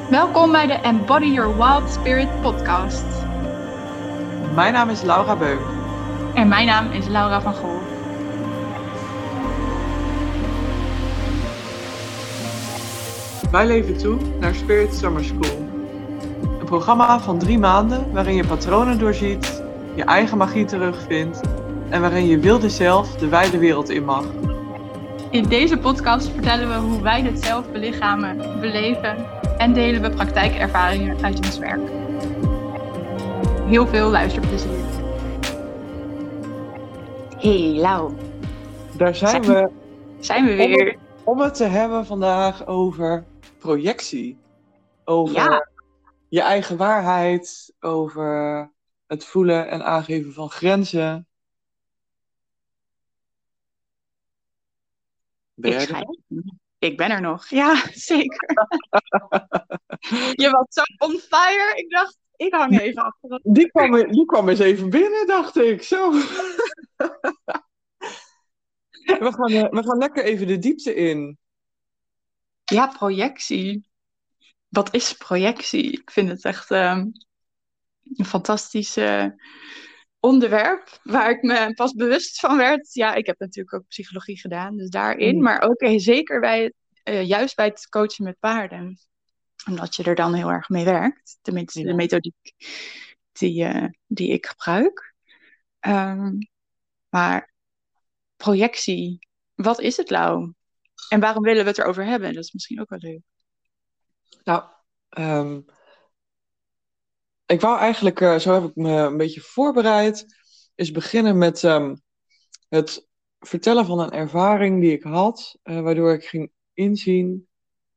Welkom bij de Embody Your Wild Spirit podcast. Mijn naam is Laura Beuk. En mijn naam is Laura van Gool. Wij leven toe naar Spirit Summer School. Een programma van 3 maanden waarin je patronen doorziet, je eigen magie terugvindt en waarin je wilde zelf de wijde wereld in mag. In deze podcast vertellen we hoe wij dit zelf belichamen, beleven en delen we praktijkervaringen uit ons werk. Heel veel luisterplezier. Hey Lau. Daar zijn we. Zijn we weer. Om het te hebben vandaag over projectie. Over je eigen waarheid. Over het voelen en aangeven van grenzen. Ik ben er nog. Ja, zeker. Je was zo on fire. Ik dacht, ik hang even achter. Die kwam eens even binnen, dacht ik. Zo. We gaan lekker even de diepte in. Ja, projectie. Wat is projectie? Ik vind het echt een fantastisch onderwerp waar ik me pas bewust van werd. Ja, ik heb natuurlijk ook psychologie gedaan, dus daarin. Maar ook zeker juist bij het coachen met paarden. Omdat je er dan heel erg mee werkt. Tenminste, de methodiek die ik gebruik. Maar projectie, wat is het nou? En waarom willen we het erover hebben? Dat is misschien ook wel leuk. Nou, ik wou eigenlijk, zo heb ik me een beetje voorbereid, is beginnen met het vertellen van een ervaring die ik had, waardoor ik ging inzien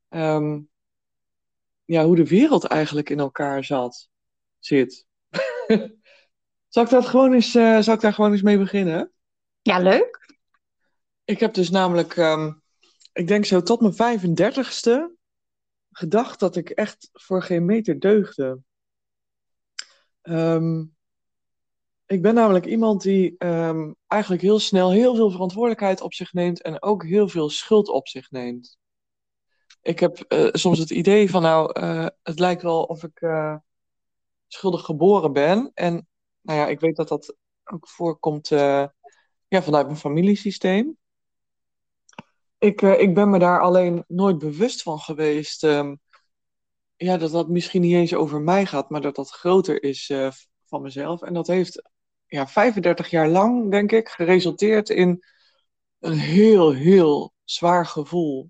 hoe de wereld eigenlijk in elkaar zit. Zal ik daar gewoon eens mee beginnen? Ja, leuk. Ik heb dus namelijk, ik denk zo tot mijn 35ste, gedacht dat ik echt voor geen meter deugde. Ik ben namelijk iemand die eigenlijk heel snel heel veel verantwoordelijkheid op zich neemt en ook heel veel schuld op zich neemt. Ik heb soms het idee van het lijkt wel of ik schuldig geboren ben. En ik weet dat dat ook voorkomt vanuit mijn familiesysteem. Ik ben me daar alleen nooit bewust van geweest dat dat misschien niet eens over mij gaat, maar dat dat groter is van mezelf. En dat heeft 35 jaar lang, denk ik, geresulteerd in een heel, heel zwaar gevoel.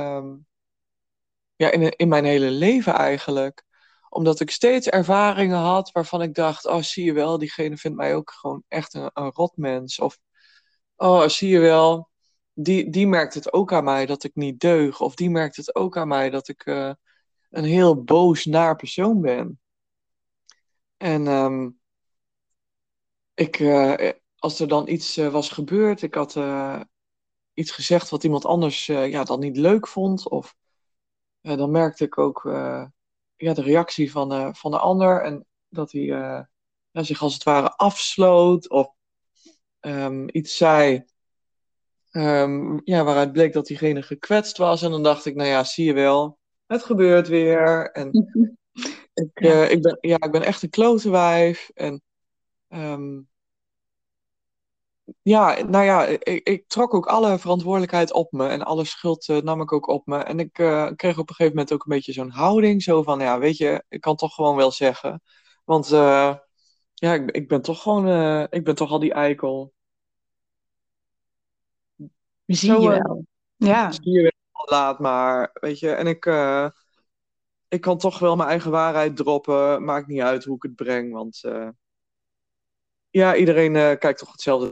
In mijn hele leven eigenlijk. Omdat ik steeds ervaringen had waarvan ik dacht, oh, zie je wel, diegene vindt mij ook gewoon echt een rotmens. Of, oh, zie je wel, die merkt het ook aan mij dat ik niet deug. Of die merkt het ook aan mij dat ik een heel boos, naar persoon ben. En als er dan iets was gebeurd, ik had iets gezegd wat iemand anders dan niet leuk vond, of dan merkte ik ook de reactie van de ander en dat hij zich als het ware afsloot of iets zei waaruit bleek dat diegene gekwetst was. En dan dacht ik, zie je wel, het gebeurt weer. En ik ben echt een klote wijf. En ik trok ook alle verantwoordelijkheid op me. En alle schuld nam ik ook op me. En ik kreeg op een gegeven moment ook een beetje zo'n houding. Zo van, weet je, ik kan toch gewoon wel zeggen. Want ik ben toch gewoon, ik ben toch al die eikel. Zie je wel. Ja. Zie je wel, laat maar, weet je. En ik kan toch wel mijn eigen waarheid droppen. Maakt niet uit hoe ik het breng, want iedereen kijkt toch hetzelfde.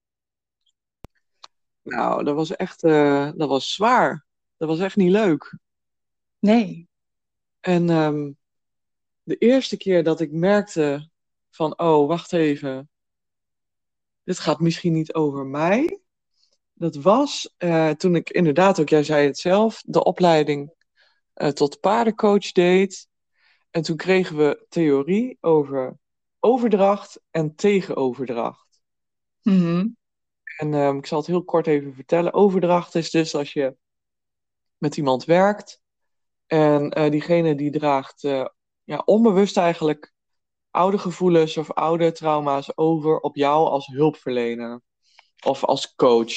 Nou, dat was echt, dat was zwaar. Dat was echt niet leuk. Nee. En de eerste keer dat ik merkte van, oh, wacht even. Dit gaat misschien niet over mij. Dat was toen ik inderdaad ook, jij zei het zelf, de opleiding tot paardencoach deed. En toen kregen we theorie over overdracht en tegenoverdracht. Mm-hmm. En ik zal het heel kort even vertellen. Overdracht is dus als je met iemand werkt En diegene die draagt ja, onbewust eigenlijk oude gevoelens of oude trauma's over op jou als hulpverlener of als coach.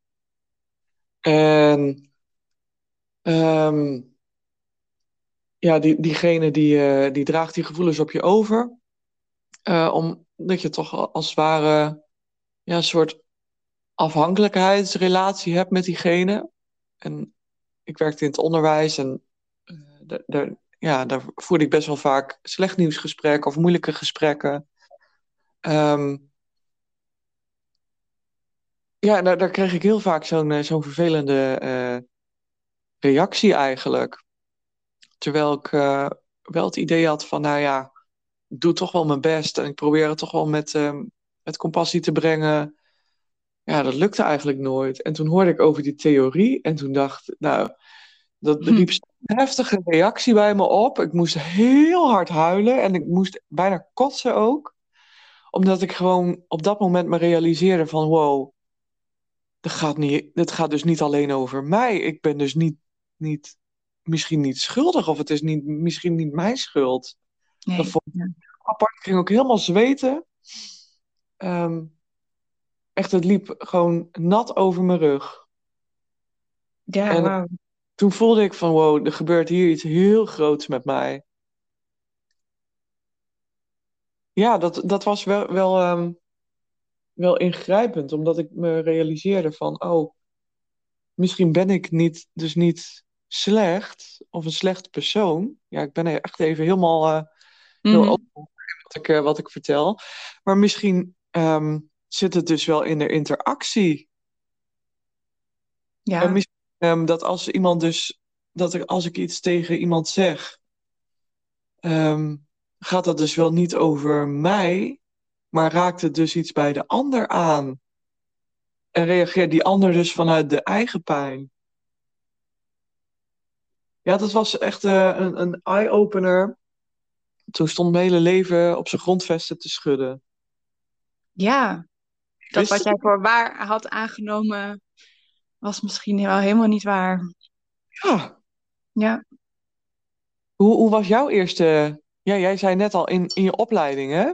En ehm, ja, diegene die draagt die gevoelens op je over, omdat je toch als het ware ja, een soort afhankelijkheidsrelatie hebt met diegene. En ik werkte in het onderwijs en ja, daar voerde ik best wel vaak slecht nieuwsgesprekken of moeilijke gesprekken. Ehm, ja, en daar kreeg ik heel vaak zo'n vervelende reactie eigenlijk. Terwijl ik wel het idee had van, nou ja, ik doe toch wel mijn best en ik probeer het toch wel met compassie te brengen. Ja, dat lukte eigenlijk nooit. En toen hoorde ik over die theorie en toen dacht ik, nou, dat Hm. riep zo'n heftige reactie bij me op. Ik moest heel hard huilen en ik moest bijna kotsen ook. Omdat ik gewoon op dat moment me realiseerde van, wow, dit gaat dus niet alleen over mij. Ik ben dus niet, misschien niet schuldig of het is misschien niet mijn schuld. Dat Nee. vond ik Ja, apart. Ik ging ook helemaal zweten. Ehm, echt, het liep gewoon nat over mijn rug. ja, En wauw. toen voelde ik van, wow, er gebeurt hier iets heel groots met mij. Ja, dat was wel ingrijpend, omdat ik me realiseerde van, oh, misschien ben ik dus niet slecht of een slechte persoon. Ja, ik ben er echt even helemaal heel Mhm. open wat ik vertel. Maar misschien zit het dus wel in de interactie. En Ja, misschien dat als iemand dus, als ik iets tegen iemand zeg, ehm, gaat dat dus wel niet over mij, maar raakt het dus iets bij de ander aan. En reageert die ander dus vanuit de eigen pijn. Ja, dat was echt een eye-opener. Toen stond mijn hele leven op zijn grondvesten te schudden. ja, Ik dat wist wat het jij niet. voor waar had aangenomen, was misschien wel helemaal niet waar. Ja. Ja, Hoe was jouw eerste... Ja, jij zei net al in je opleiding, hè?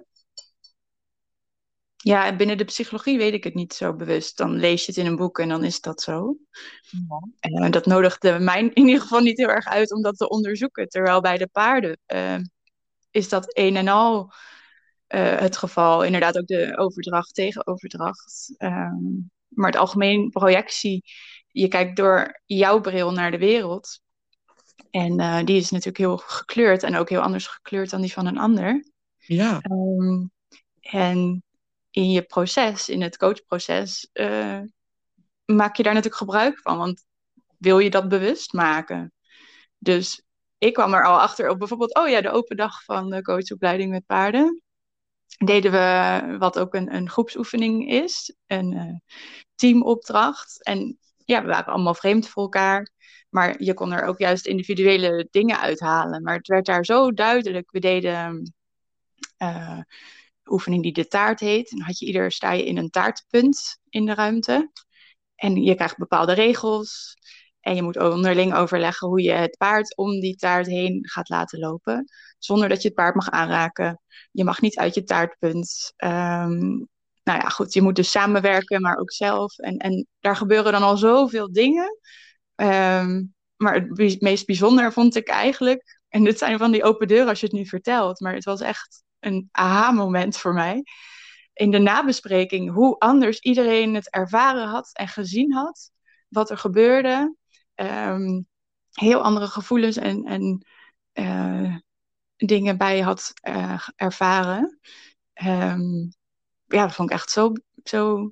ja, en binnen de psychologie weet ik het niet zo bewust. Dan lees je het in een boek en dan is dat zo. Ja. En dat nodigde mij in ieder geval niet heel erg uit om dat te onderzoeken. Terwijl bij de paarden is dat een en al het geval. Inderdaad ook de overdracht tegen overdracht. Maar het algemeen projectie, je kijkt door jouw bril naar de wereld. En die is natuurlijk heel gekleurd en ook heel anders gekleurd dan die van een ander. Ja. Um, en in je proces, in het coachproces, maak je daar natuurlijk gebruik van. Want wil je dat bewust maken? Dus ik kwam er al achter op bijvoorbeeld, oh ja, de open dag van de coachopleiding met paarden. Deden we wat ook een groepsoefening is, een teamopdracht. En ja, we waren allemaal vreemd voor elkaar. Maar je kon er ook juist individuele dingen uithalen. Maar het werd daar zo duidelijk. We deden uh, oefening die de taart heet. En dan sta je in een taartpunt in de ruimte. En je krijgt bepaalde regels. En je moet onderling overleggen hoe je het paard om die taart heen gaat laten lopen. Zonder dat je het paard mag aanraken. Je mag niet uit je taartpunt. Nou ja, goed, je moet dus samenwerken, maar ook zelf. En daar gebeuren dan al zoveel dingen. Maar het meest bijzonder vond ik eigenlijk, en dit zijn van die open deuren als je het nu vertelt, maar het was echt een aha-moment voor mij. In de nabespreking, hoe anders iedereen het ervaren had en gezien had, wat er gebeurde. Heel andere gevoelens en dingen bij had ervaren. Um, ja, dat vond ik echt zo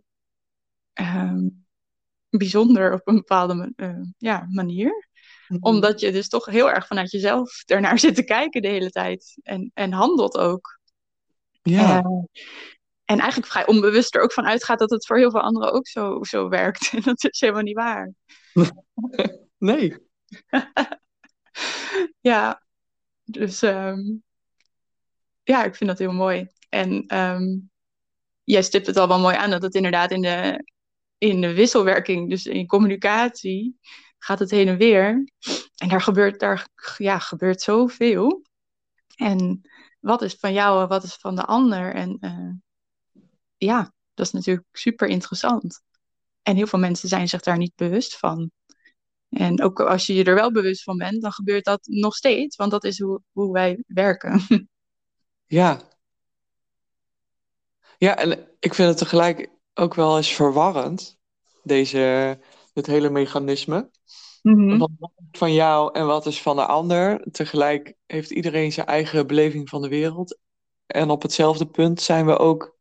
bijzonder op een bepaalde ja, manier. Mhm. Omdat je dus toch heel erg vanuit jezelf ernaar zit te kijken de hele tijd. En handelt ook. Uh, Ja. en eigenlijk vrij onbewust er ook van uitgaat dat het voor heel veel anderen ook zo werkt. En dat is helemaal niet waar. Nee. Ja, dus ja, ik vind dat heel mooi. En jij stipt het al wel mooi aan dat het inderdaad in de wisselwerking, dus in communicatie, gaat het heen en weer. En daar gebeurt zoveel. En wat is van jou en wat is van de ander? En ja, dat is natuurlijk super interessant. En heel veel mensen zijn zich daar niet bewust van. En ook als je je er wel bewust van bent, dan gebeurt dat nog steeds, want dat is hoe wij werken. Ja. Ja, en ik vind het tegelijk ook wel eens verwarrend, dit hele mechanisme. Mhm. Wat is van jou en wat is van de ander? Tegelijk heeft iedereen zijn eigen beleving van de wereld. En op hetzelfde punt zijn we ook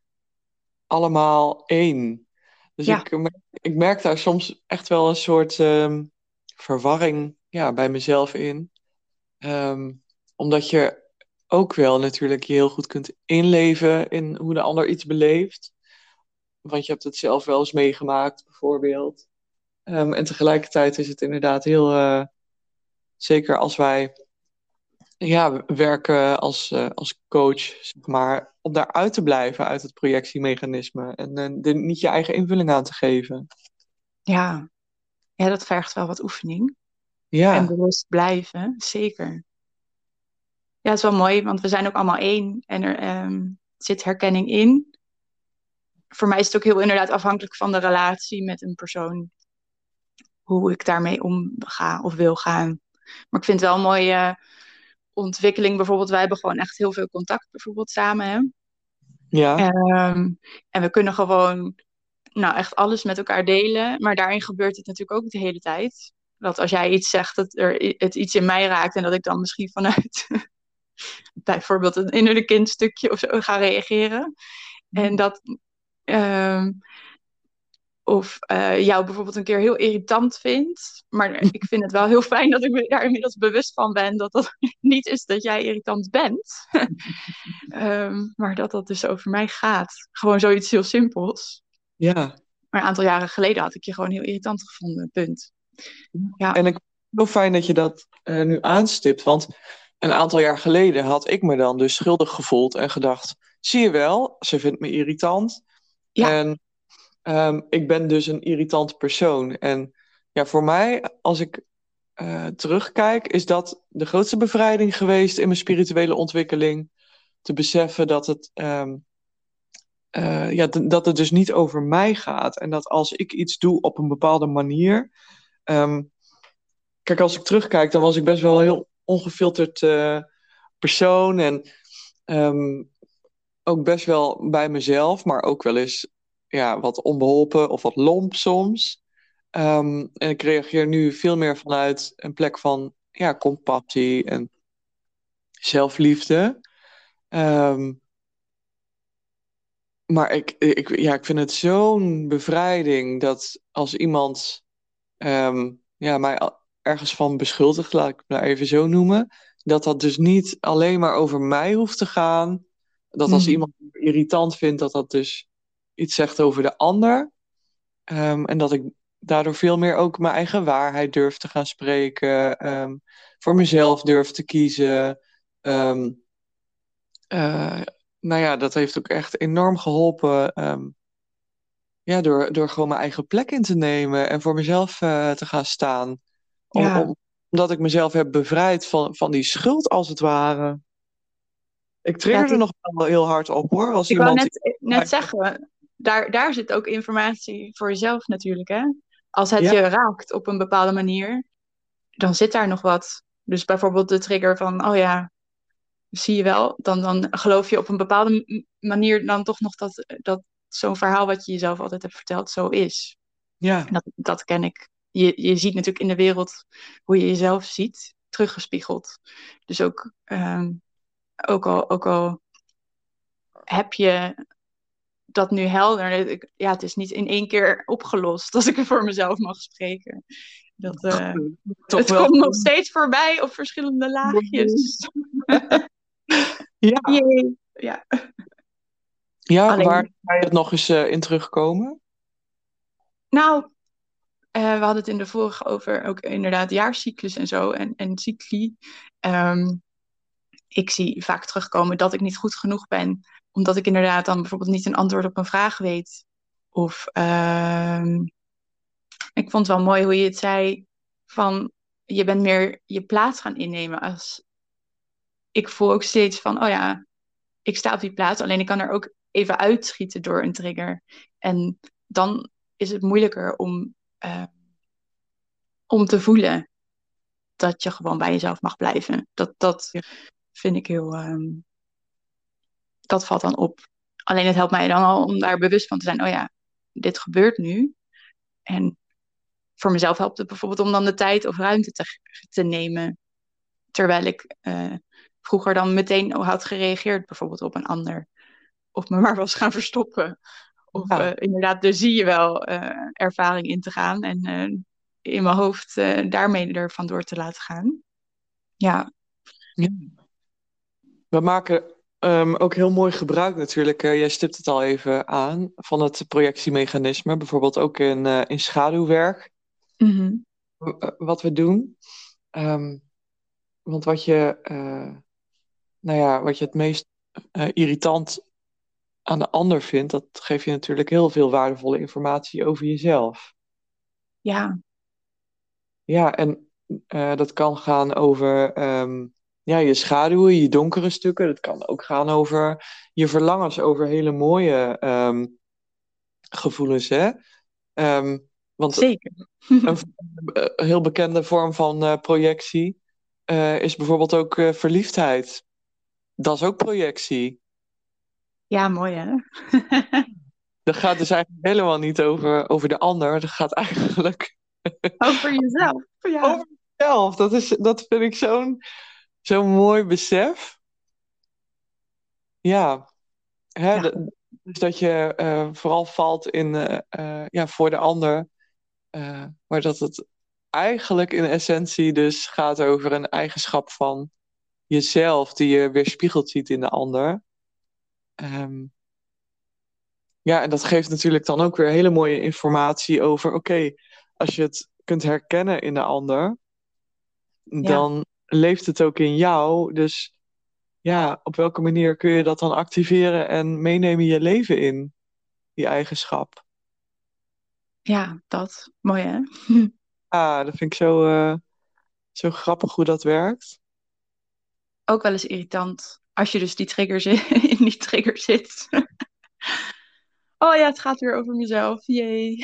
allemaal één. Dus Ja, ik merk daar soms echt wel een soort verwarring, ja, bij mezelf in. Ehm, Omdat je ook wel natuurlijk je heel goed kunt inleven in hoe de ander iets beleeft. Want je hebt het zelf wel eens meegemaakt, bijvoorbeeld. En tegelijkertijd is het inderdaad heel, zeker als wij ja, werken als coach, zeg maar, om daaruit te blijven uit het projectiemechanisme en niet je eigen invulling aan te geven. ja, ja, dat vergt wel wat oefening. En Ja, bewust blijven, zeker. Ja, het is wel mooi, want we zijn ook allemaal één en er zit herkenning in. Voor mij is het ook heel inderdaad afhankelijk van de relatie met een persoon, hoe ik daarmee omga of wil gaan. Maar ik vind het wel een mooie ontwikkeling. Bijvoorbeeld, wij hebben gewoon echt heel veel contact bijvoorbeeld samen. Hè? ja, En we kunnen gewoon nou, echt alles met elkaar delen. Maar daarin gebeurt het natuurlijk ook de hele tijd. Dat als jij iets zegt, dat het iets in mij raakt en dat ik dan misschien vanuit bijvoorbeeld een innerlijk kindstukje of zo ga reageren. En dat ehm, of jou bijvoorbeeld een keer heel irritant vindt. Maar ik vind het wel heel fijn dat ik me daar inmiddels bewust van ben dat dat niet is dat jij irritant bent. Maar dat dat dus over mij gaat. Gewoon zoiets heel simpels. ja. Maar een aantal jaren geleden had ik je gewoon heel irritant gevonden. Punt. Ja, En ik vind het heel fijn dat je dat nu aanstipt, want een aantal jaar geleden had ik me dan dus schuldig gevoeld en gedacht, zie je wel, ze vindt me irritant. ja, En ik ben dus een irritante persoon. En ja, voor mij, als ik terugkijk, is dat de grootste bevrijding geweest in mijn spirituele ontwikkeling. Te beseffen dat dat het dus niet over mij gaat. En dat als ik iets doe op een bepaalde manier. ehm, Kijk, als ik terugkijk, dan was ik best wel een heel ongefilterd persoon. En ehm, ook best wel bij mezelf, maar ook wel eens ja, wat onbeholpen of wat lomp soms. En ik reageer nu veel meer vanuit een plek van ja, compassie en zelfliefde. Ehm, maar ik vind het zo'n bevrijding dat als iemand ja, mij ergens van beschuldigt, laat ik het maar even zo noemen, dat dat dus niet alleen maar over mij hoeft te gaan. Dat als mhm. iemand me irritant vindt, dat dat dus iets zegt over de ander. En dat ik daardoor veel meer ook mijn eigen waarheid durf te gaan spreken. Voor mezelf durf te kiezen. Ehm, eh, nou ja, dat heeft ook echt enorm geholpen. Ja, door gewoon mijn eigen plek in te nemen en voor mezelf te gaan staan. Ja. Omdat ik mezelf heb bevrijd van die schuld, als het ware. Ik Ja, triggerde nog wel heel hard op hoor, als ik wou iemand. net zeggen, daar zit ook informatie voor jezelf natuurlijk, hè? Als het Ja, je raakt op een bepaalde manier, dan zit daar nog wat. Dus bijvoorbeeld de trigger van, oh ja, zie je wel, dan geloof je op een bepaalde manier dan toch nog dat zo'n verhaal wat je jezelf altijd hebt verteld zo is. ja, Dat ken ik. Je ziet natuurlijk in de wereld hoe je jezelf ziet, teruggespiegeld. Dus ook al heb je dat nu helder. Ja, het is niet in één keer opgelost, als ik er voor mezelf mag spreken. Dat, toch het wel. komt nog steeds voorbij op verschillende laagjes. Ja, Jee. Ja. ja, waar Alleen, ga je het nog eens in terugkomen? nou, we hadden het in de vorige over ook inderdaad jaarcyclus en zo en cycli. Ehm, ik zie vaak terugkomen dat ik niet goed genoeg ben, omdat ik inderdaad dan bijvoorbeeld niet een antwoord op een vraag weet. Of ik vond het wel mooi hoe je het zei van je bent meer je plaats gaan innemen. Ik voel ook steeds van, oh ja, ik sta op die plaats, alleen ik kan er ook even uitschieten door een trigger. En dan is het moeilijker om te voelen dat je gewoon bij jezelf mag blijven. Dat Ja. vind ik dat valt dan op. Alleen het helpt mij dan al om daar bewust van te zijn, oh ja, dit gebeurt nu. En voor mezelf helpt het bijvoorbeeld om dan de tijd of ruimte te nemen. Terwijl ik vroeger dan meteen had gereageerd bijvoorbeeld op een ander. Of me maar was gaan verstoppen. Of Ja. inderdaad, dus zie je wel ervaring in te gaan. En in mijn hoofd daarmee ervan door te laten gaan. Ja, Ja. We maken ook heel mooi gebruik natuurlijk, jij stipt het al even aan, van het projectiemechanisme. Bijvoorbeeld ook in schaduwwerk, mhm. wat we doen. Ehm, want wat je het meest irritant aan de ander vindt, dat geeft je natuurlijk heel veel waardevolle informatie over jezelf. Ja, Ja, en dat kan gaan over ja, je schaduwen, je donkere stukken. Dat kan ook gaan over je verlangens, over hele mooie gevoelens, hè? Ehm, want zeker. een heel bekende vorm van projectie is bijvoorbeeld ook verliefdheid. Dat is ook projectie. Ja, mooi hè? Dat gaat dus eigenlijk helemaal niet over de ander. Dat gaat eigenlijk Over jezelf. Ja, over jezelf. Dat vind ik zo'n mooi besef. Ja, hè, ja, dus dat je vooral valt in ja, voor de ander. Maar dat het eigenlijk in essentie dus gaat over een eigenschap van jezelf die je weerspiegeld ziet in de ander. Ehm, ja, en dat geeft natuurlijk dan ook weer hele mooie informatie over, oké, als je het kunt herkennen in de ander, ja, dan leeft het ook in jou. Dus ja, op welke manier kun je dat dan activeren en meenemen je leven in, die eigenschap? ja, dat. Mooi hè? Ah, dat vind ik zo grappig hoe dat werkt. Ook wel eens irritant. Als je dus die trigger in die trigger zit. Oh ja, het gaat weer over mezelf. Jee.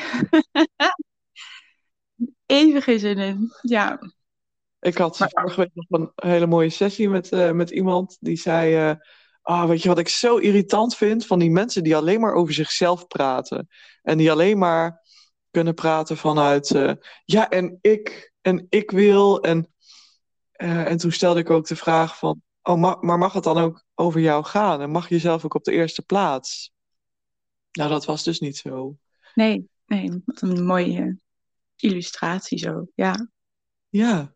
Even geen zin in. Ja, Ik had maar vorige week nog een hele mooie sessie met iemand die zei: weet je wat ik zo irritant vind van die mensen die alleen maar over zichzelf praten. En die alleen maar kunnen praten vanuit ja, en ik wil. En toen stelde ik ook de vraag van: oh, maar mag het dan ook over jou gaan? En mag je zelf ook op de eerste plaats? Nou, dat was dus niet zo. nee, nee, wat een mooie illustratie zo. Ja, Ja.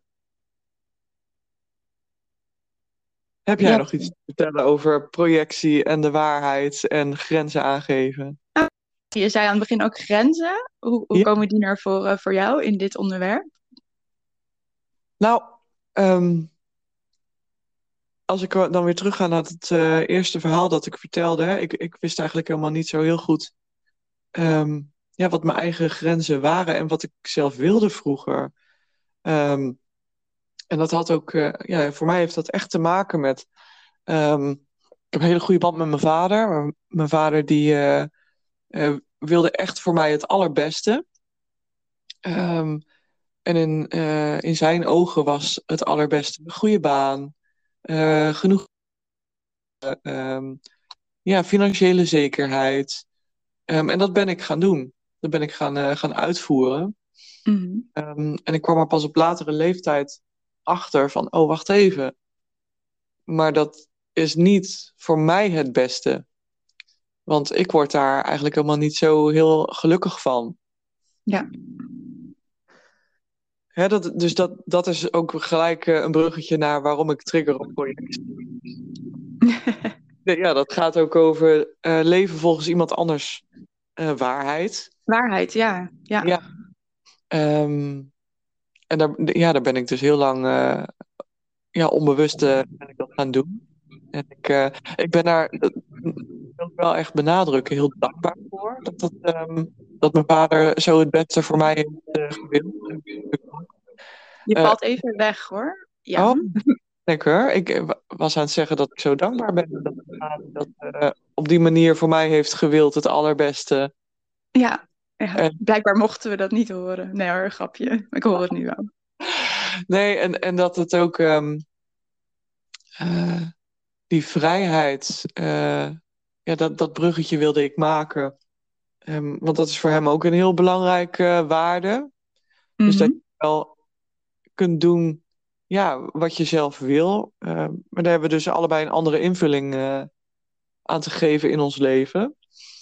Heb jij ja. nog iets te vertellen over projectie en de waarheid en grenzen aangeven? Je zei aan het begin ook grenzen. Hoe Ja. komen die naar voren voor jou in dit onderwerp? Nou, ehm, als ik dan weer terugga naar het eerste verhaal dat ik vertelde, hè, ik wist eigenlijk helemaal niet zo heel goed ehm, ja, wat mijn eigen grenzen waren en wat ik zelf wilde vroeger. Ehm, en dat had ook, ja, voor mij heeft dat echt te maken met, ik heb een hele goede band met mijn vader. Maar mijn vader die wilde echt voor mij het allerbeste. Ehm, en in zijn ogen was het allerbeste een goede baan, genoeg ehm, ja, financiële zekerheid. En dat ben ik gaan doen. Dat ben ik gaan uitvoeren. Mhm. En ik kwam er pas op latere leeftijd achter van, oh, wacht even. Maar dat is niet voor mij het beste. Want ik word daar eigenlijk helemaal niet zo heel gelukkig van. Ja. Hè, dus dat is ook gelijk een bruggetje naar waarom ik trigger op project. Ja, dat gaat ook over leven volgens iemand anders waarheid. Waarheid, ja. Ja. Ja. Ehm, en daar ben ik dus heel lang ja, onbewust ben ik dat gaan doen. En ik ben daar, dat wil ik wel echt benadrukken, heel dankbaar voor. Dat mijn vader zo het beste voor mij heeft gewild. Je Eh, valt even weg hoor. Ja, oh, lekker. Ik was aan het zeggen dat ik zo dankbaar ben dat dat op die manier voor mij heeft gewild het allerbeste. ja, ja. En, Blijkbaar mochten we dat niet horen. Nee hoor, grapje. Ik hoor het nu wel. nee, en dat het ook eh, die vrijheid, ja, dat bruggetje wilde ik maken. Want dat is voor hem ook een heel belangrijke waarde. Dus dat Mhm. je wel kunt doen, ja, wat je zelf wil. Maar daar hebben we dus allebei een andere invulling aan te geven in ons leven.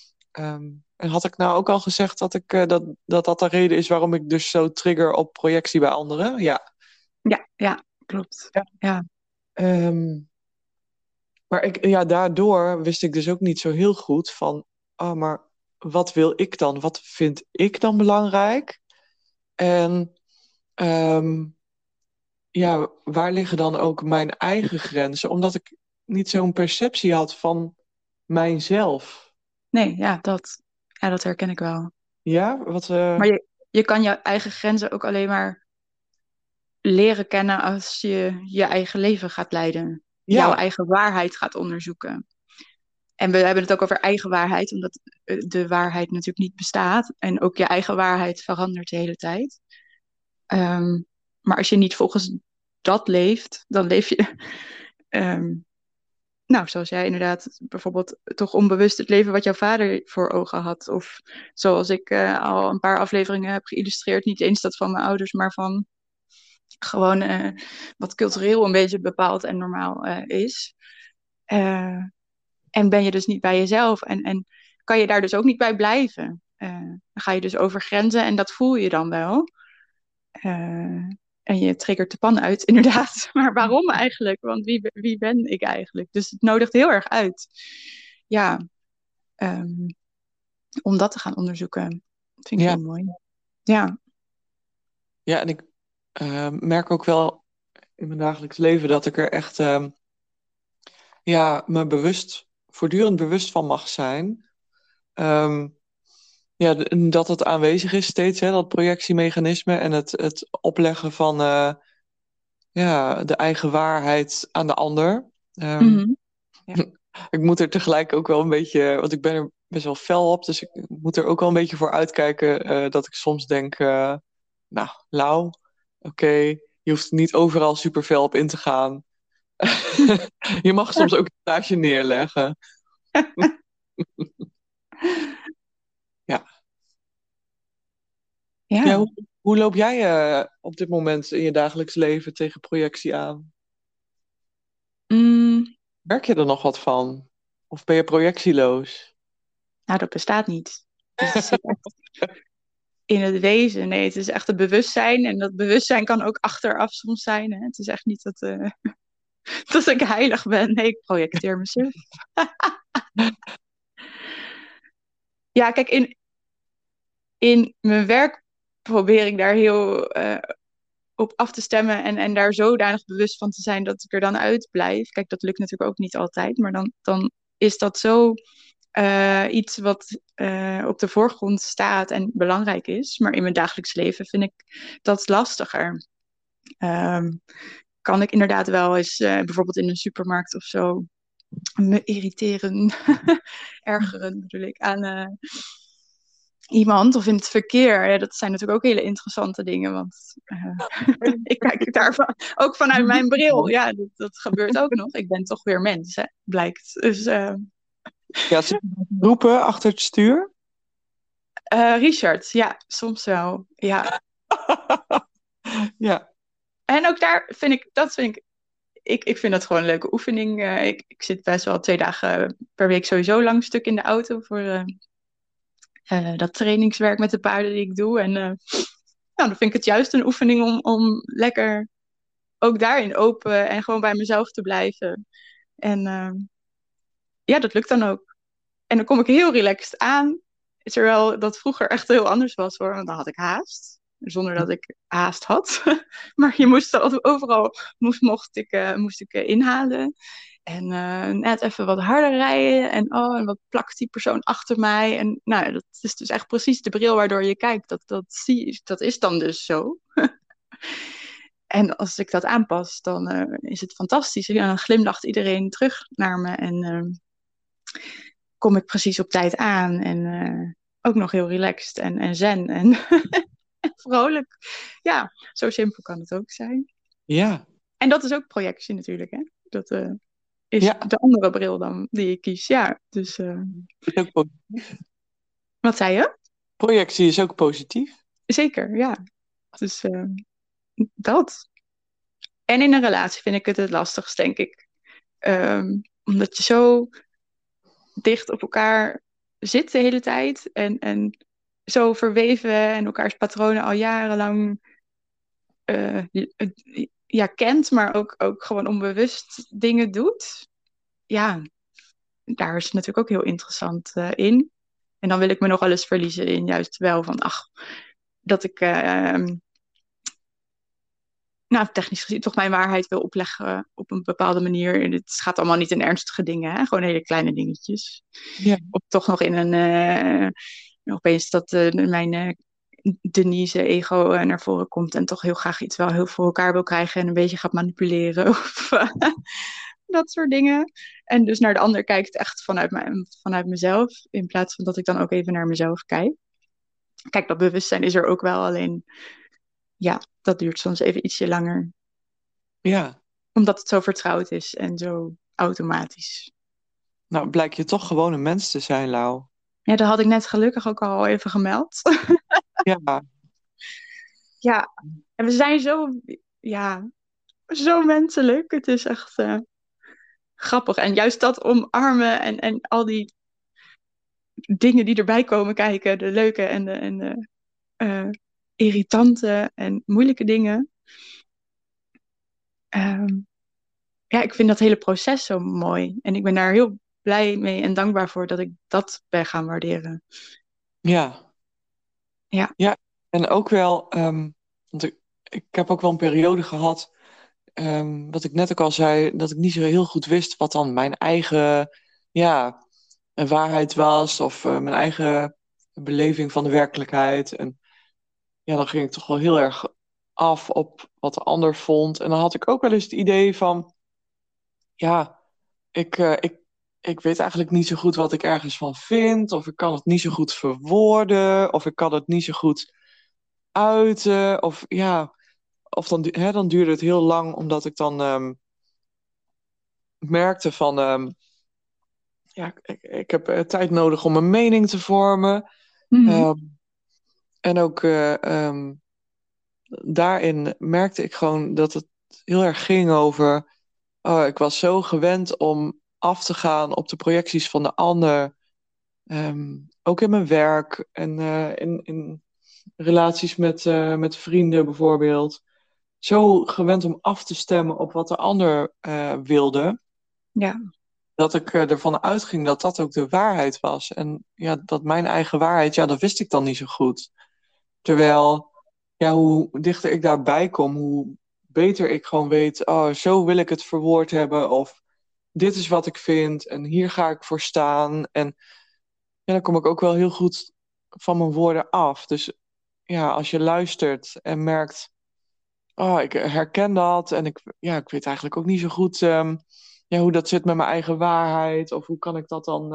En had ik nou ook al gezegd dat dat de reden is waarom ik dus zo trigger op projectie bij anderen? Ja. Ja, ja, klopt. Ja. Ja. Ehm, maar ja, daardoor wist ik dus ook niet zo heel goed van, oh, maar wat wil ik dan? Wat vind ik dan belangrijk? En ehm, ja, waar liggen dan ook mijn eigen grenzen? Omdat ik niet zo'n perceptie had van mijzelf. Nee, ja, dat herken ik wel. Ja, wat, Maar je kan je eigen grenzen ook alleen maar leren kennen als je je eigen leven gaat leiden. Jouw ja, eigen waarheid gaat onderzoeken. En we hebben het ook over eigen waarheid, omdat de waarheid natuurlijk niet bestaat. En ook je eigen waarheid verandert de hele tijd. Ehm, maar als je niet volgens dat leeft, dan leef je, ehm, nou, zoals jij inderdaad, bijvoorbeeld toch onbewust het leven wat jouw vader voor ogen had. Of zoals ik al een paar afleveringen heb geïllustreerd, niet eens dat van mijn ouders, maar van gewoon wat cultureel een beetje bepaald en normaal is. Eh, en ben je dus niet bij jezelf en kan je daar dus ook niet bij blijven. Dan ga je dus over grenzen en dat voel je dan wel. Eh, en je triggert de pan uit, inderdaad. Maar waarom eigenlijk? Want wie ben ik eigenlijk? Dus het nodigt heel erg uit. Ja, ehm, om dat te gaan onderzoeken. Dat vind ik ja, heel mooi. Ja. ja, en ik merk ook wel in mijn dagelijks leven dat ik er echt ja, voortdurend bewust van mag zijn. Ehm, ja, en dat het aanwezig is steeds, hè, dat projectiemechanisme en het opleggen van ja, de eigen waarheid aan de ander. Ehm, Mhm. Ja. ik moet er tegelijk ook wel een beetje, want ik ben er best wel fel op, dus ik moet er ook wel een beetje voor uitkijken dat ik soms denk, nou, Lau, oké, je hoeft niet overal super fel op in te gaan. Je mag soms ook een stage neerleggen. Ja, ja Ja. hoe loop jij op dit moment in je dagelijks leven tegen projectie aan? Mm, Merk je er nog wat van? Of ben je projectieloos? nou, dat bestaat niet. Dus het zit echt in het wezen. Nee, het is echt het bewustzijn. En dat bewustzijn kan ook achteraf soms zijn. Hè? Het is echt niet dat, dat ik heilig ben. Nee, ik projecteer mezelf. Ja, kijk, in mijn werk probeer ik daar heel op af te stemmen en daar zodanig bewust van te zijn dat ik er dan uit blijf. Kijk, dat lukt natuurlijk ook niet altijd, maar dan is dat zo iets wat op de voorgrond staat en belangrijk is. Maar in mijn dagelijks leven vind ik dat lastiger. Ehm, kan ik inderdaad wel eens, bijvoorbeeld in een supermarkt of zo, me irriteren, ergeren bedoel ik, aan iemand of in het verkeer. Ja, dat zijn natuurlijk ook hele interessante dingen, want ik kijk daar ook vanuit mijn bril. Ja, dat gebeurt ook nog. Ik ben toch weer mens, hè, blijkt. Dus Ja, zit je roepen achter het stuur? Richard, ja, soms wel. Ja. Ja. En ook daar ik vind dat gewoon een leuke oefening. Ik zit best wel 2 dagen per week sowieso lang stuk in de auto voor dat trainingswerk met de paarden die ik doe. En nou, dan vind ik het juist een oefening om lekker ook daarin open en gewoon bij mezelf te blijven. En ja, dat lukt dan ook. En dan kom ik heel relaxed aan. Terwijl dat vroeger echt heel anders was hoor. Want dan had ik haast. Zonder dat ik haast had. Maar je moest overal moest ik inhalen. En net even wat harder rijden. En wat plakt die persoon achter mij. En nou, ja, dat is dus echt precies de bril waardoor je kijkt. Dat is dan dus zo. En als ik dat aanpas, dan is het fantastisch. En dan glimlacht iedereen terug naar me en kom ik precies op tijd aan. En ook nog heel relaxed en zen en vrolijk. Ja, zo simpel kan het ook zijn. Ja, En dat is ook projectie natuurlijk, hè? Dat is ja, de andere bril dan die ik kies. Ja, dus is ook positief. wat zei je? Projectie is ook positief. Zeker, ja. Dus dat. En in een relatie vind ik het lastigst, denk ik. Omdat je zo dicht op elkaar zit de hele tijd. En zo verweven en elkaars patronen al jarenlang ja, kent, maar ook gewoon onbewust dingen doet. Ja, daar is het natuurlijk ook heel interessant in. En dan wil ik me nog wel eens verliezen in juist wel van, ach, dat ik, nou, technisch gezien toch mijn waarheid wil opleggen op een bepaalde manier. En het gaat allemaal niet in ernstige dingen, hè? Gewoon hele kleine dingetjes. Ja, Of toch nog in een, opeens dat mijn Denise ego naar voren komt en toch heel graag iets wel heel voor elkaar wil krijgen en een beetje gaat manipuleren. Of dat soort dingen. En dus naar de ander kijkt echt vanuit mezelf, in plaats van dat ik dan ook even naar mezelf kijk. Kijk, dat bewustzijn is er ook wel, alleen ja, dat duurt soms even ietsje langer. ja. Omdat het zo vertrouwd is en zo automatisch. Nou, blijkt je toch gewoon een mens te zijn, Lau. Ja, dat had ik net gelukkig ook al even gemeld. Ja, Ja, en we zijn ja, zo menselijk. Het is echt grappig. En juist dat omarmen en al die dingen die erbij komen kijken, de leuke en de irritante en moeilijke dingen. Ehm, ja, ik vind dat hele proces zo mooi. En ik ben daar heel blij mee en dankbaar voor dat ik dat ben gaan waarderen. ja, Ja. ja. En ook wel, want ik heb ook wel een periode gehad, wat ik net ook al zei, dat ik niet zo heel goed wist wat dan mijn eigen, ja, waarheid was of mijn eigen beleving van de werkelijkheid. En ja, dan ging ik toch wel heel erg af op wat de ander vond. En dan had ik ook wel eens het idee van, ja, ik weet eigenlijk niet zo goed wat ik ergens van vind, of ik kan het niet zo goed verwoorden, of ik kan het niet zo goed uiten, of ja, of dan, dan duurde het heel lang, omdat ik dan merkte van, ja, ik heb tijd nodig om een mening te vormen. Mhm. Ehm, en ook daarin merkte ik gewoon dat het heel erg ging over, oh, ik was zo gewend om af te gaan op de projecties van de ander. Ook in mijn werk en in relaties met vrienden bijvoorbeeld. Zo gewend om af te stemmen op wat de ander wilde, Ja. dat ik ervan uitging dat dat ook de waarheid was. En ja, dat mijn eigen waarheid, ja, dat wist ik dan niet zo goed. Terwijl, ja, hoe dichter ik daarbij kom, hoe beter ik gewoon weet, oh, zo wil ik het verwoord hebben, of dit is wat ik vind en hier ga ik voor staan. En ja, dan kom ik ook wel heel goed van mijn woorden af. Dus ja, als je luistert en merkt, oh, ik herken dat en ik weet eigenlijk ook niet zo goed ja, hoe dat zit met mijn eigen waarheid, of hoe kan ik dat dan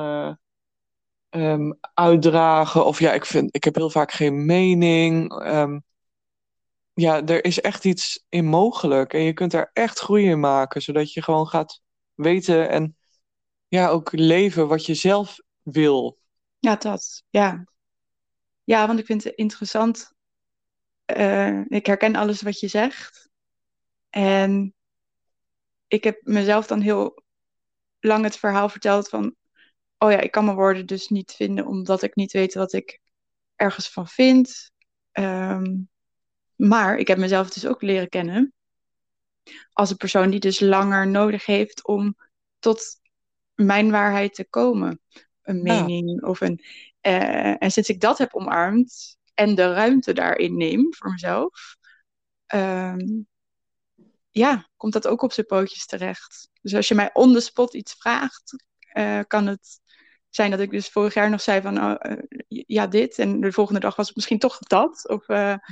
uitdragen. Of ja, ik heb heel vaak geen mening. Ja, er is echt iets in mogelijk en je kunt daar echt groei in maken, zodat je gewoon gaat weten en ja, ook leven wat je zelf wil. Ja, dat. Ja. Ja, want ik vind het interessant. Ik herken alles wat je zegt. En ik heb mezelf dan heel lang het verhaal verteld van, oh ja, ik kan mijn woorden dus niet vinden omdat ik niet weet wat ik ergens van vind. Ehm, maar ik heb mezelf dus ook leren kennen als een persoon die dus langer nodig heeft om tot mijn waarheid te komen. Een Ja, mening of een. En sinds ik dat heb omarmd en de ruimte daarin neem voor mezelf, ehm, ja, komt dat ook op zijn pootjes terecht. Dus als je mij on the spot iets vraagt, kan het zijn dat ik dus vorig jaar nog zei van, oh, ja, dit. En de volgende dag was het misschien toch dat. Of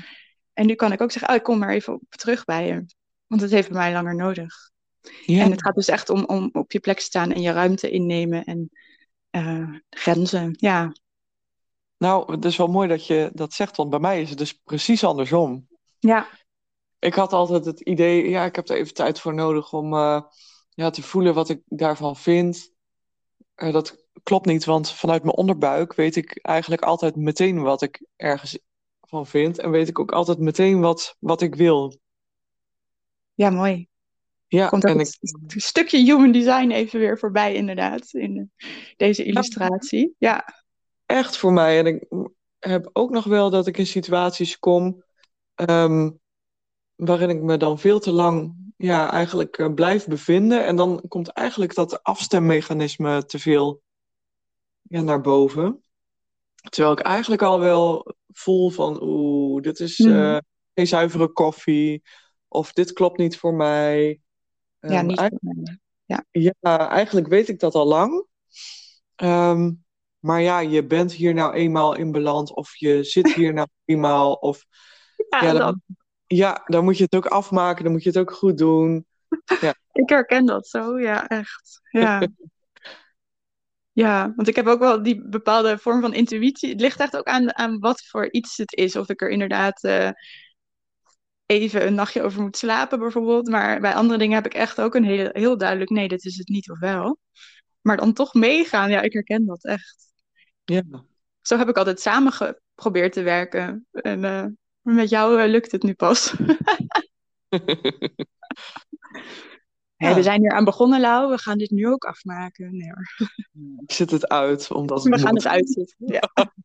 En nu kan ik ook zeggen, ik kom maar even op terug bij je. Want het heeft bij mij langer nodig. Ja, En het gaat dus echt om op je plek staan en je ruimte innemen en grenzen. Ja, nou, het is wel mooi dat je dat zegt, want bij mij is het dus precies andersom. ja, Ik had altijd het idee, ja, ik heb er even tijd voor nodig om te voelen wat ik daarvan vind. Dat klopt niet, want vanuit mijn onderbuik weet ik eigenlijk altijd meteen wat ik ergens van vind. En weet ik ook altijd meteen wat ik wil. ja, mooi. Ja, Komt ook en ik, het stukje human design even weer voorbij, inderdaad, in deze ja, illustratie. Ja, echt voor mij. En ik heb ook nog wel dat ik in situaties kom ehm, waarin ik me dan veel te lang eigenlijk blijf bevinden. En dan komt eigenlijk dat afstemmechanisme te veel naar boven. Terwijl ik eigenlijk al wel voel van, dit is mhm. geen zuivere koffie. Of dit klopt niet voor mij. Ja, niet voor Eigenlijk, mij. Ja, ja, eigenlijk weet ik dat al lang. Ehm, maar ja, je bent hier nou eenmaal in beland. Of je zit hier nou eenmaal. Of ja ja, dat. dan moet je het ook afmaken. Dan moet je het ook goed doen. Ja, Ik herken dat zo, ja, echt. Ja. Ja, want ik heb ook wel die bepaalde vorm van intuïtie. Het ligt echt ook aan wat voor iets het is. Of ik er inderdaad even een nachtje over moet slapen, bijvoorbeeld. Maar bij andere dingen heb ik echt ook een heel duidelijk: nee, dit is het niet of wel. Maar dan toch meegaan, ja, ik herken dat echt. ja. Zo heb ik altijd samen geprobeerd te werken. En met jou lukt het nu pas. Hey, we Ja, zijn hier aan begonnen, Lau. We gaan dit nu ook afmaken. Nee hoor. ik zit het uit, omdat het We gaan het moet. uitzitten. Ja.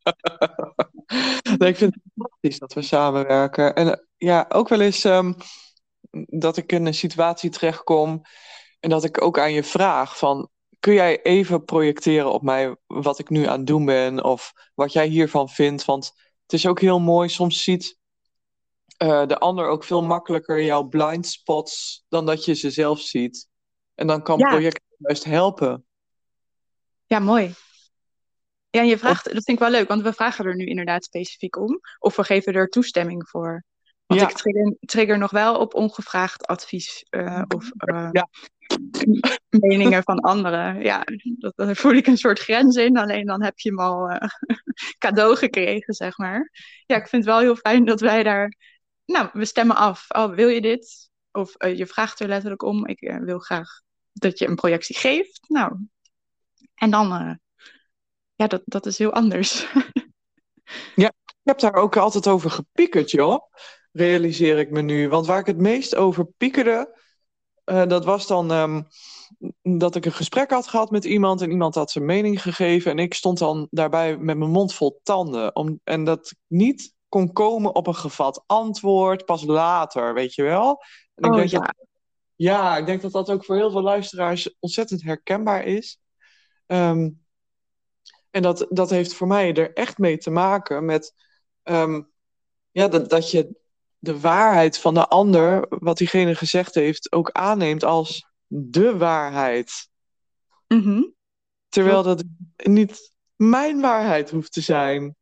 Nee, ik vind het fantastisch dat we samenwerken. En ook wel eens dat ik in een situatie terechtkom en dat ik ook aan je vraag van, kun jij even projecteren op mij wat ik nu aan het doen ben of wat jij hiervan vindt? Want het is ook heel mooi, soms ziet de ander ook veel makkelijker jouw blind spots dan dat je ze zelf ziet. En dan kan Ja, project juist helpen. ja, mooi. Ja, en je Of, vraagt, dat vind ik wel leuk, want we vragen er nu inderdaad specifiek om. Of we geven er toestemming voor. Want ik ja, trigger nog wel op ongevraagd advies of ja. meningen van anderen. Ja, daar voel ik een soort grens in. Alleen dan heb je hem al cadeau gekregen, zeg maar. Ja, ik vind het wel heel fijn dat wij daar... Nou, we stemmen af. Oh, wil je dit? Of je vraagt er letterlijk om. Ik wil graag dat je een projectie geeft. Nou, en dan... ja, dat is heel anders. Ja, ik heb daar ook altijd over gepiekerd, joh. Realiseer ik me nu. Want waar ik het meest over piekerde, dat was dan dat ik een gesprek had gehad met iemand en iemand had zijn mening gegeven en ik stond dan daarbij met mijn mond vol tanden. En dat ik niet kon komen op een gevat antwoord, pas later, weet je wel. En ik Oh denk ja. ik denk dat dat ook voor heel veel luisteraars ontzettend herkenbaar is. Ehm, en dat heeft voor mij er echt mee te maken met ehm, dat je de waarheid van de ander, wat diegene gezegd heeft, ook aanneemt als de waarheid. Mhm, Terwijl klopt. dat niet mijn waarheid hoeft te zijn.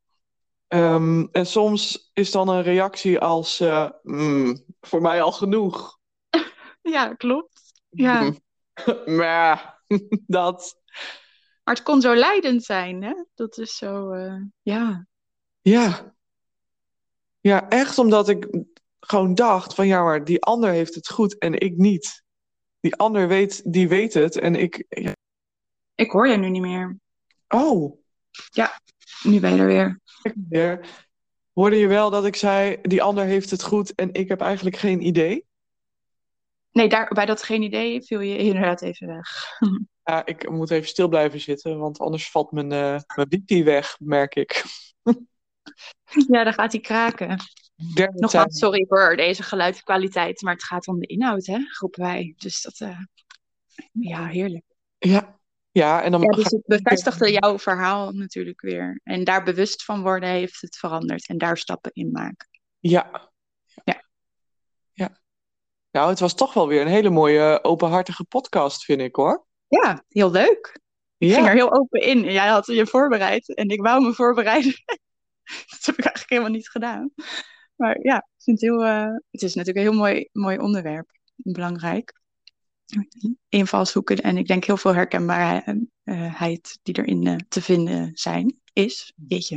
En soms is dan een reactie als voor mij al genoeg. Ja, klopt. Ja. Maar dat. Maar het kon zo leidend zijn, hè? Dat is zo, ja. Ja, ja, echt omdat ik gewoon dacht van ja, maar die ander heeft het goed en ik niet. Die ander die weet het en ik. Ja. Ik hoor je nu niet meer. Oh, Ja, nu ben je er weer. weer. Hoorde je wel dat ik zei, die ander heeft het goed en ik heb eigenlijk geen idee? Nee, bij dat geen idee viel je inderdaad even weg. Ja, ik moet even stil blijven zitten, want anders valt mijn wifi weg, merk ik. Ja, dan gaat hij kraken. Derde Nogmaals, zijn. sorry voor deze geluidskwaliteit, maar het gaat om de inhoud, hè? Groepen wij. Dus dat, ja, heerlijk. Ja, ja, en dan Ja, ga dus het ik. bevestigde jouw verhaal natuurlijk weer. En daar bewust van worden heeft het veranderd. En daar stappen in maken. Ja, Ja, ja. Nou, het was toch wel weer een hele mooie openhartige podcast, vind ik hoor. ja, heel leuk. Ik ging er Ja, heel open in. Jij had je voorbereid en ik wou me voorbereiden. Dat heb ik eigenlijk helemaal niet gedaan. Maar ja. vind het is natuurlijk een heel mooi onderwerp. Belangrijk. Invalshoeken en ik denk heel veel herkenbaarheid die erin te vinden is. Jeetje.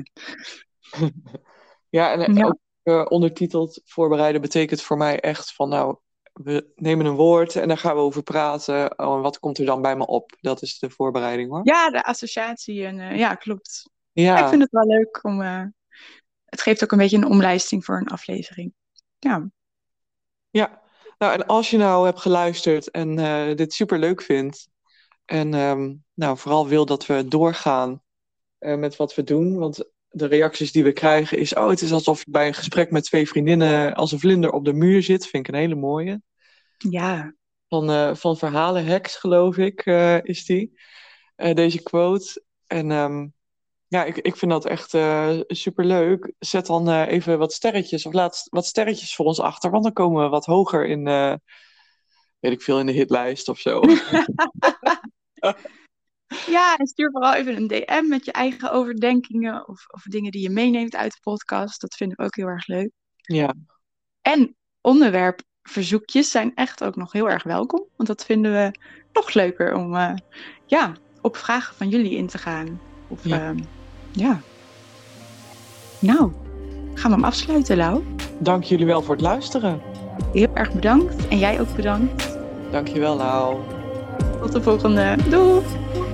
Ja, en Ja. ook ondertiteld voorbereiden betekent voor mij echt van nou, we nemen een woord en daar gaan we over praten. Oh, en wat komt er dan bij me op? Dat is de voorbereiding hoor. Ja, de associatie en ja, klopt. Ja. Ik vind het wel leuk om... het geeft ook een beetje een omlijsting voor een aflevering. Ja. Ja, nou en als je nou hebt geluisterd en dit super leuk vindt en nou vooral wil dat we doorgaan met wat we doen, want de reacties die we krijgen is, oh het is alsof je bij een gesprek met twee vriendinnen als een vlinder op de muur zit, vind ik een hele mooie. Ja. Van Verhalenheks geloof ik is die, deze quote. En ja, ik vind dat echt super leuk. Zet dan even wat sterretjes of laat wat sterretjes voor ons achter, want dan komen we wat hoger in, weet ik veel, in de hitlijst of zo. Ja, en stuur vooral even een DM met je eigen overdenkingen of dingen die je meeneemt uit de podcast. Dat vinden we ook heel erg leuk. Ja. En onderwerpverzoekjes zijn echt ook nog heel erg welkom, want dat vinden we nog leuker om op vragen van jullie in te gaan. Ja. Nou, gaan we hem afsluiten, Lau. Dank jullie wel voor het luisteren. Heel erg bedankt. En jij ook bedankt. Dank je wel, Lau. Tot de volgende. Doei!